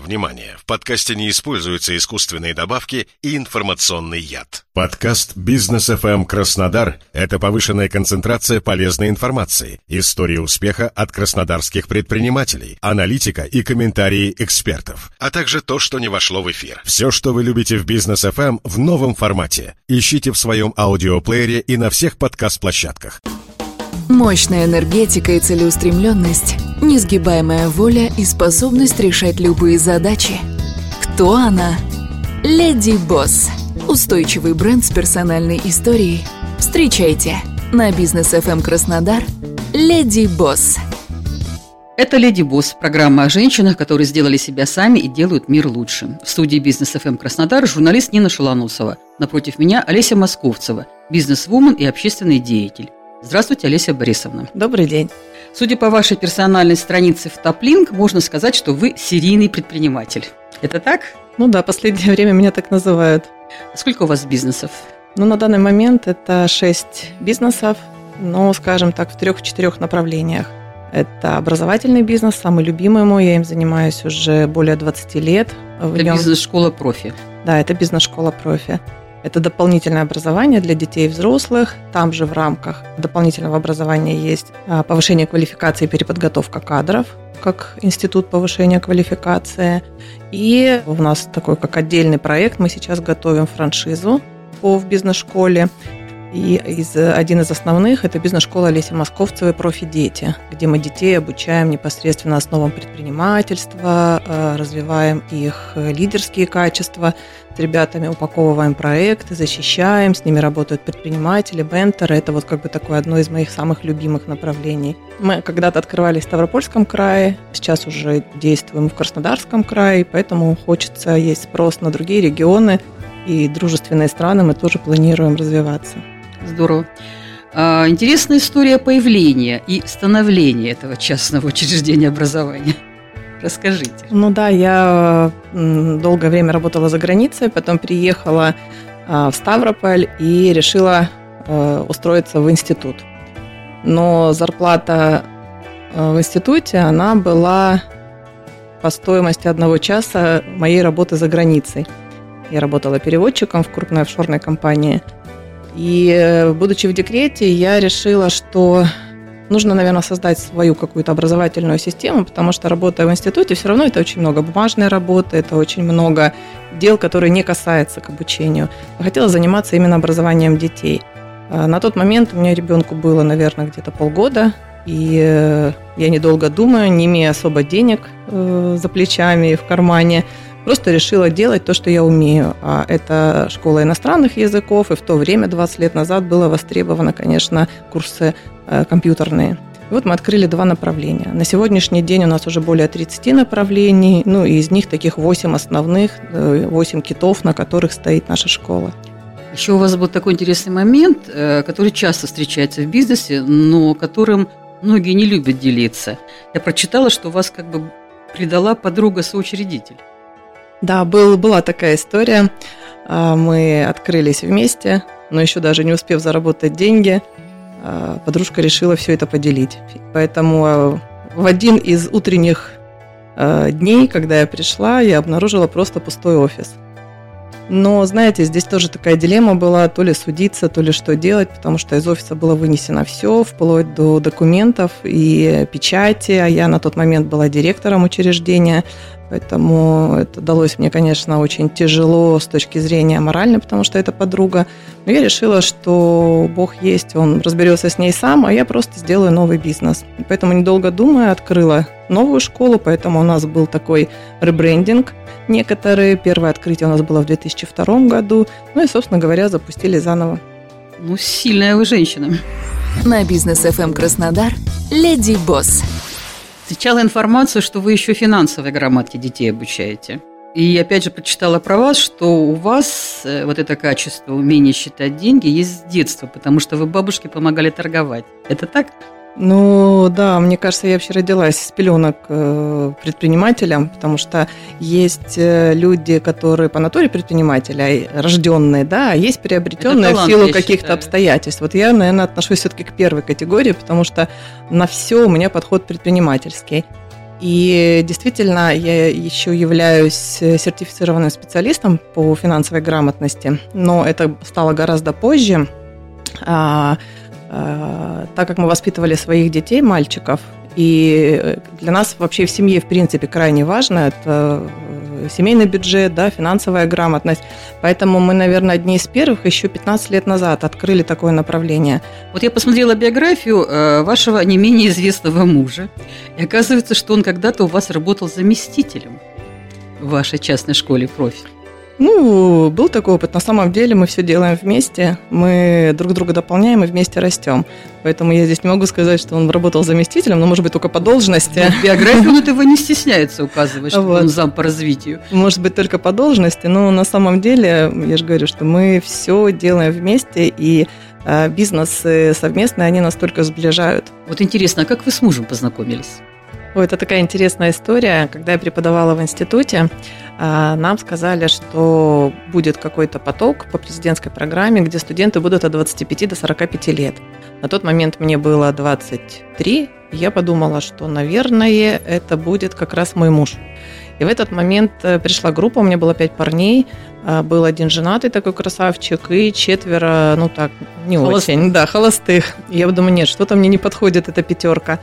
Внимание! В подкасте не используются искусственные добавки и информационный яд. Подкаст «Бизнес FM Краснодар» — это повышенная концентрация полезной информации, истории успеха от краснодарских предпринимателей, аналитика и комментарии экспертов, а также то, что не вошло в эфир. Все, что вы любите в «Бизнес FM» в новом формате. Ищите в своем аудиоплеере и на всех подкаст-площадках. Мощная энергетика и целеустремленность, несгибаемая воля и способность решать любые задачи. Кто она? Леди Босс. Устойчивый бренд с персональной историей. Встречайте на Бизнес FM Краснодар Леди Босс. Это «Леди Босс» – программа о женщинах, которые сделали себя сами и делают мир лучше. В студии «Бизнес FM Краснодар» журналист Нина Шалоносова. Напротив меня Олеся Московцева, бизнес-вумен и общественный деятель. Здравствуйте, Олеся Борисовна. Добрый день. Судя по вашей персональной странице в Топлинк, можно сказать, что вы серийный предприниматель. Это так? Ну да, последнее время меня так называют. Сколько у вас бизнесов? На данный момент это 6 бизнесов, скажем так, в 3-4 направлениях. Это образовательный бизнес, самый любимый мой, я им занимаюсь уже более 20 лет. Это бизнес-школа профи? Да, это бизнес-школа профи. Это дополнительное образование для детей и взрослых. Там же в рамках дополнительного образования есть повышение квалификации и переподготовка кадров, как институт повышения квалификации. И у нас такой как отдельный проект. Мы сейчас готовим франшизу в бизнес-школе. И один из основных – это бизнес-школа Олеси Московцевой «Профи-дети», где мы детей обучаем непосредственно основам предпринимательства, развиваем их лидерские качества, с ребятами упаковываем проекты, защищаем, с ними работают предприниматели, менторы. Это такое одно из моих самых любимых направлений. Мы когда-то открывались в Ставропольском крае, сейчас уже действуем в Краснодарском крае, поэтому есть спрос на другие регионы и дружественные страны мы тоже планируем развиваться. Здорово. Интересная история появления и становления этого частного учреждения образования. Расскажите. Я долгое время работала за границей, потом приехала в Ставрополь и решила устроиться в институт. Но зарплата в институте, она была по стоимости 1 часа моей работы за границей. Я работала переводчиком в крупной офшорной компании. И, будучи в декрете, я решила, что нужно, наверное, создать свою какую-то образовательную систему, потому что, работая в институте, все равно это очень много бумажной работы, это очень много дел, которые не касаются к обучению. Я хотела заниматься именно образованием детей. На тот момент у меня ребенку было, наверное, где-то полгода, и я, недолго думая, не имея особо денег за плечами и в кармане, просто решила делать то, что я умею. А это школа иностранных языков, и в то время, 20 лет назад, было востребовано, конечно, курсы компьютерные. И мы открыли 2 направления. На сегодняшний день у нас уже более 30 направлений, и из них таких 8 основных, 8 китов, на которых стоит наша школа. Еще у вас был такой интересный момент, который часто встречается в бизнесе, но которым многие не любят делиться. Я прочитала, что вас предала подруга-соучредитель. Да, была такая история. Мы открылись вместе, но еще даже не успев заработать деньги, подружка решила все это поделить. Поэтому в один из утренних дней, когда я пришла, я обнаружила просто пустой офис. Но, знаете, здесь тоже такая дилемма была, то ли судиться, то ли что делать, потому что из офиса было вынесено все, вплоть до документов и печати, а я на тот момент была директором учреждения, поэтому это далось мне, конечно, очень тяжело с точки зрения моральной, потому что это подруга. Но я решила, что Бог есть, Он разберется с ней сам, а я просто сделаю новый бизнес. И поэтому, недолго думая, открыла новую школу, поэтому у нас был такой ребрендинг некоторые. Первое открытие у нас было в 2002 году. И, собственно говоря, запустили заново. Сильная вы женщина. На Бизнес FM Краснодар Леди Босс. Встречала информацию, что вы еще финансовой грамоте детей обучаете. И опять же прочитала про вас, что у вас это качество, умение считать деньги есть с детства, потому что вы бабушке помогали торговать. Это так? Да, мне кажется, я вообще родилась с пеленок предпринимателем, потому что есть люди, которые по натуре предприниматели, рожденные, да, а есть приобретенные в силу каких-то обстоятельств. Я, наверное, отношусь все-таки к первой категории, потому что на все у меня подход предпринимательский. И действительно, я еще являюсь сертифицированным специалистом по финансовой грамотности, но это стало гораздо позже, так как мы воспитывали своих детей, мальчиков, и для нас вообще в семье, в принципе, крайне важно это семейный бюджет, да, финансовая грамотность. Поэтому мы, наверное, одни из первых еще 15 лет назад открыли такое направление. Вот я посмотрела биографию вашего не менее известного мужа, и оказывается, что он когда-то у вас работал заместителем в вашей частной школе «Профи». Ну, был такой опыт. На самом деле мы все делаем вместе, мы друг друга дополняем и вместе растем. Поэтому я здесь не могу сказать, что он работал заместителем, но, может быть, только по должности. В биографии он этого не стесняется указывать, что он зам по развитию. Может быть, только по должности, но на самом деле, я же говорю, что мы все делаем вместе, и бизнесы совместные, они нас только сближают. Вот интересно, а как вы с мужем познакомились? Ой, это такая интересная история. Когда я преподавала в институте, нам сказали, что будет какой-то поток по президентской программе, где студенты будут от 25 до 45 лет. На тот момент мне было 23, и я подумала, что, наверное, это будет как раз мой муж. И в этот момент пришла группа, у меня было 5 парней, был один женатый такой красавчик и 4, ну так, не очень, да, холостых. И я думаю, нет, что-то мне не подходит эта 5.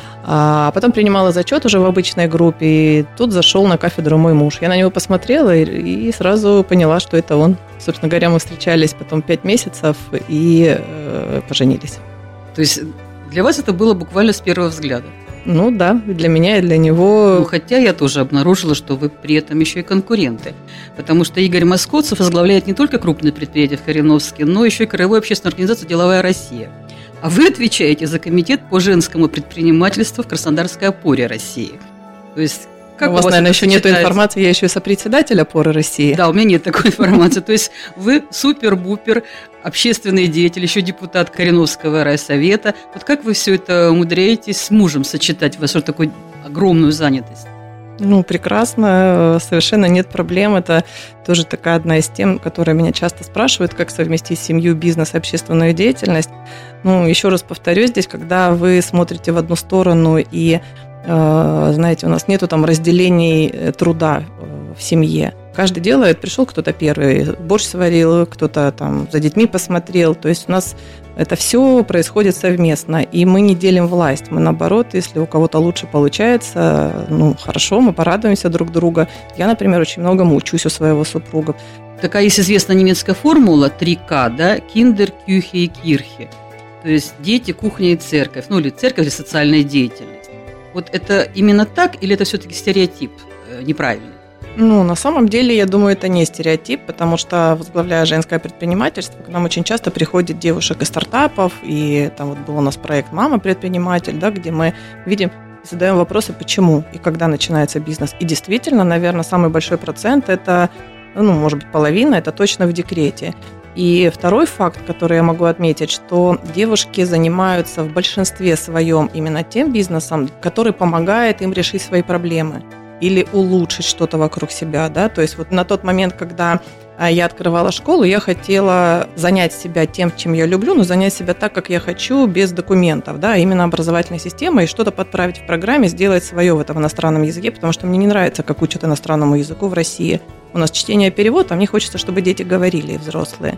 А потом принимала зачет уже в обычной группе, и тут зашел на кафедру мой муж. Я на него посмотрела и сразу поняла, что это он. Собственно говоря, мы встречались потом 5 месяцев и поженились. То есть для вас это было буквально с первого взгляда? Ну да, для меня и для него. Ну, хотя я тоже обнаружила, что вы при этом еще и конкуренты. Потому что Игорь Москотцев возглавляет не только крупные предприятия в Кореновске, но еще и краевую общественную организацию «Деловая Россия». А вы отвечаете за комитет по женскому предпринимательству в Краснодарской опоре России. То есть, как у вас, наверное, еще нет информации, я еще и сопредседатель опоры России. Да, у меня нет такой информации. То есть вы супер-бупер, общественный деятель, еще депутат Кореновского райсовета. Вот как вы все это умудряетесь с мужем сочетать? У вас что, такую огромную занятость? Ну, прекрасно, совершенно нет проблем. Это тоже такая одна из тем, которая меня часто спрашивают, как совместить семью, бизнес, общественную деятельность. Ну, еще раз повторюсь, здесь, когда вы смотрите в одну сторону и, знаете, у нас нету там разделений труда в семье. Каждый делает, пришел кто-то первый, борщ сварил, кто-то там за детьми посмотрел. То есть у нас это все происходит совместно, и мы не делим власть. Мы наоборот, если у кого-то лучше получается, ну, хорошо, мы порадуемся друг друга. Я, например, очень многому учусь у своего супруга. Такая есть известная немецкая формула 3К, да, Kinder, Küche и Kirche. То есть дети, кухня и церковь, ну или церковь или социальная деятельность. Вот это именно так или это все-таки стереотип неправильный? Ну, на самом деле, я думаю, это не стереотип, потому что, возглавляя женское предпринимательство, к нам очень часто приходят девушек из стартапов, и там вот был у нас проект «Мама-предприниматель», да, где мы видим и задаем вопросы, почему и когда начинается бизнес. И действительно, наверное, самый большой процент – это, ну, может быть, половина, это точно в декрете. И второй факт, который я могу отметить, что девушки занимаются в большинстве своем именно тем бизнесом, который помогает им решить свои проблемы или улучшить что-то вокруг себя, да, то есть вот на тот момент, когда я открывала школу, я хотела занять себя тем, чем я люблю, но занять себя так, как я хочу, без документов, да, именно образовательной системой, и что-то подправить в программе, сделать свое в этом иностранном языке, потому что мне не нравится, как учат иностранному языку в России. У нас чтение и перевод, а мне хочется, чтобы дети говорили, взрослые.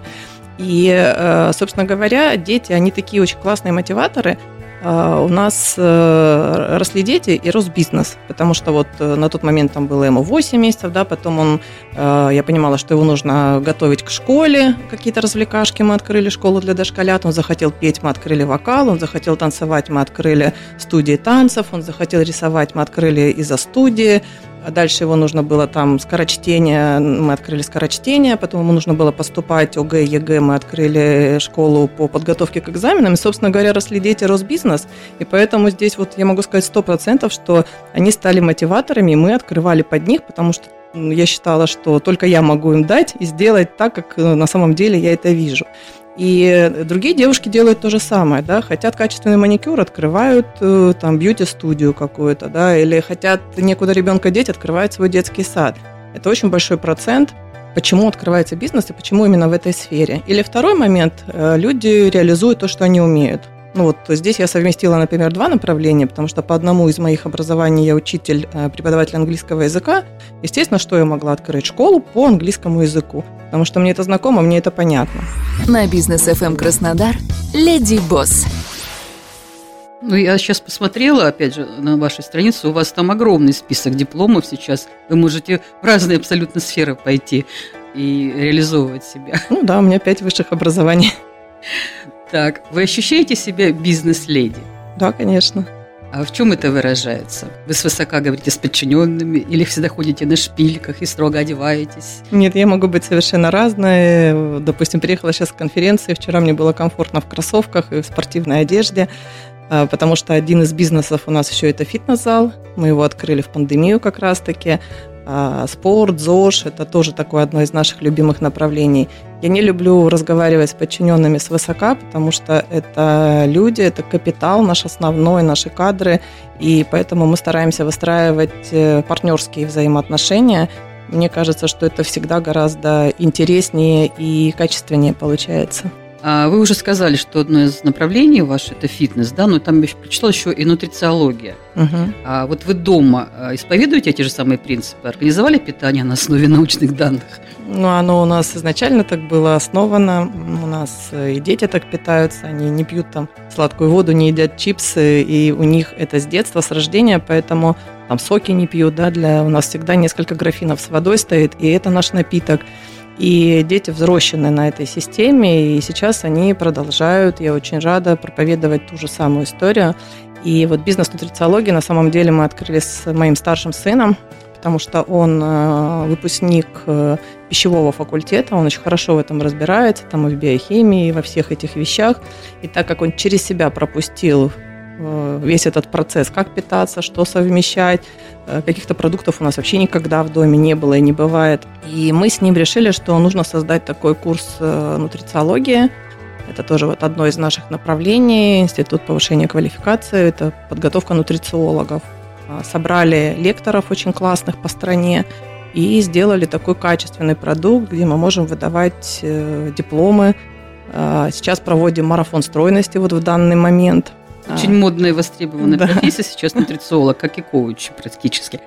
И, собственно говоря, дети, они такие очень классные мотиваторы. У нас росли дети и рос бизнес, потому что вот на тот момент там было ему 8 месяцев, да, потом я понимала, что его нужно готовить к школе, какие-то развлекашки, мы открыли школу для дошколят, он захотел петь, мы открыли вокал, он захотел танцевать, мы открыли студии танцев, он захотел рисовать, мы открыли изо-студии. А дальше его нужно было там скорочтение, мы открыли скорочтение, потом ему нужно было поступать ОГЭ, ЕГЭ, мы открыли школу по подготовке к экзаменам, и, собственно говоря, росли дети, рос бизнес, и поэтому здесь вот я могу сказать 100%, что они стали мотиваторами, и мы открывали под них, потому что я считала, что только я могу им дать и сделать так, как на самом деле я это вижу. И другие девушки делают то же самое, да, хотят качественный маникюр, открывают там бьюти-студию какую-то, да, или хотят некуда ребенка деть, открывают свой детский сад. Это очень большой процент, почему открывается бизнес и почему именно в этой сфере. Или второй момент, люди реализуют то, что они умеют. Ну вот, то здесь я совместила, например, два направления, потому что по одному из моих образований я учитель, преподаватель английского языка. Естественно, что я могла открыть школу по английскому языку, потому что мне это знакомо, мне это понятно. На Бизнес FM Краснодар «Леди Босс». Ну, я сейчас посмотрела, опять же, на вашей странице, у вас там огромный список дипломов сейчас. Вы можете в разные абсолютно сферы пойти и реализовывать себя. Ну да, у меня 5 высших образований. Так, вы ощущаете себя бизнес-леди? Да, конечно. А в чем это выражается? Вы свысока говорите с подчиненными или всегда ходите на шпильках и строго одеваетесь? Нет, я могу быть совершенно разной. Допустим, приехала сейчас с конференции, вчера мне было комфортно в кроссовках и в спортивной одежде, потому что один из бизнесов у нас еще это фитнес-зал. Мы его открыли в пандемию как раз-таки. Спорт, ЗОЖ – это тоже такое одно из наших любимых направлений. Я не люблю разговаривать с подчиненными свысока, потому что это люди, это капитал наш основной, наши кадры, и поэтому мы стараемся выстраивать партнерские взаимоотношения. Мне кажется, что это всегда гораздо интереснее и качественнее получается. Вы уже сказали, что одно из направлений ваше – это фитнес, да, но там я прочитала еще и нутрициология. Угу. А вот вы дома исповедуете эти же самые принципы? Организовали питание на основе научных данных? Ну, оно у нас изначально так было основано. У нас и дети так питаются, они не пьют там сладкую воду, не едят чипсы, и у них это с детства, с рождения, поэтому там соки не пьют, да, у нас всегда несколько графинов с водой стоит, и это наш напиток. И дети взрослены на этой системе, и сейчас они продолжают, я очень рада, проповедовать ту же самую историю. И вот бизнес-нутрициологию на самом деле мы открыли с моим старшим сыном, потому что он выпускник пищевого факультета, он очень хорошо в этом разбирается, там и в биохимии, и во всех этих вещах. И так как он через себя пропустил весь этот процесс, как питаться, что совмещать. Каких-то продуктов у нас вообще никогда в доме не было и не бывает. И мы с ним решили, что нужно создать такой курс нутрициологии. Это тоже вот одно из наших направлений, Институт повышения квалификации, это подготовка нутрициологов. Собрали лекторов очень классных по стране и сделали такой качественный продукт, где мы можем выдавать дипломы. Сейчас проводим марафон стройности вот в данный момент. Очень модная и востребованная профессия сейчас нутрициолог, как и коуч практически.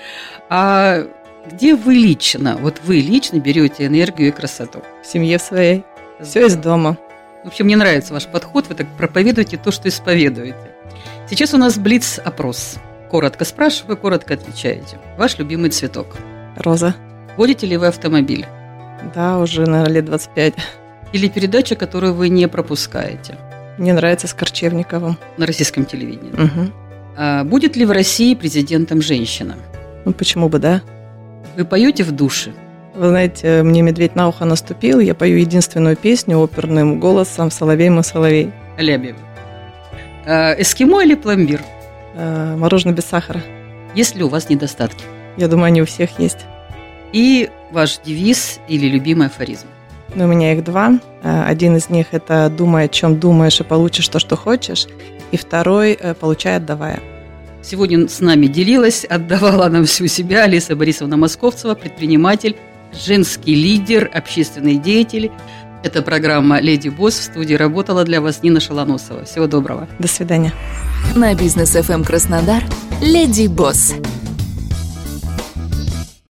А где вы лично берете энергию и красоту? В семье своей. Все из дома. В общем, мне нравится ваш подход. Вы так проповедуете то, что исповедуете. Сейчас у нас блиц-опрос. Коротко спрашиваю, коротко отвечаете. Ваш любимый цветок? Роза. Водите ли вы автомобиль? Да, уже, наверное, лет 25. Или передача, которую вы не пропускаете? Мне нравится с Корчевниковым. На российском телевидении. Угу. А будет ли в России президентом женщина? Ну, почему бы, да. Вы поете в душе? Вы знаете, мне медведь на ухо наступил, я пою единственную песню оперным голосом «Соловей мой соловей». Алябьева. Эскимо или пломбир? Мороженое без сахара. Есть ли у вас недостатки? Я думаю, они у всех есть. И ваш девиз или любимый афоризм? У меня их 2. Один из них – это «думай, о чем думаешь, и получишь то, что хочешь». И второй – «получай, отдавая». Сегодня с нами делилась, отдавала нам всю себя Олеся Борисовна Московцева, предприниматель, женский лидер, общественный деятель. Это программа «Леди Босс». В студии работала для вас Нина Шалоносова. Всего доброго. До свидания. На Бизнес FM Краснодар «Леди Босс».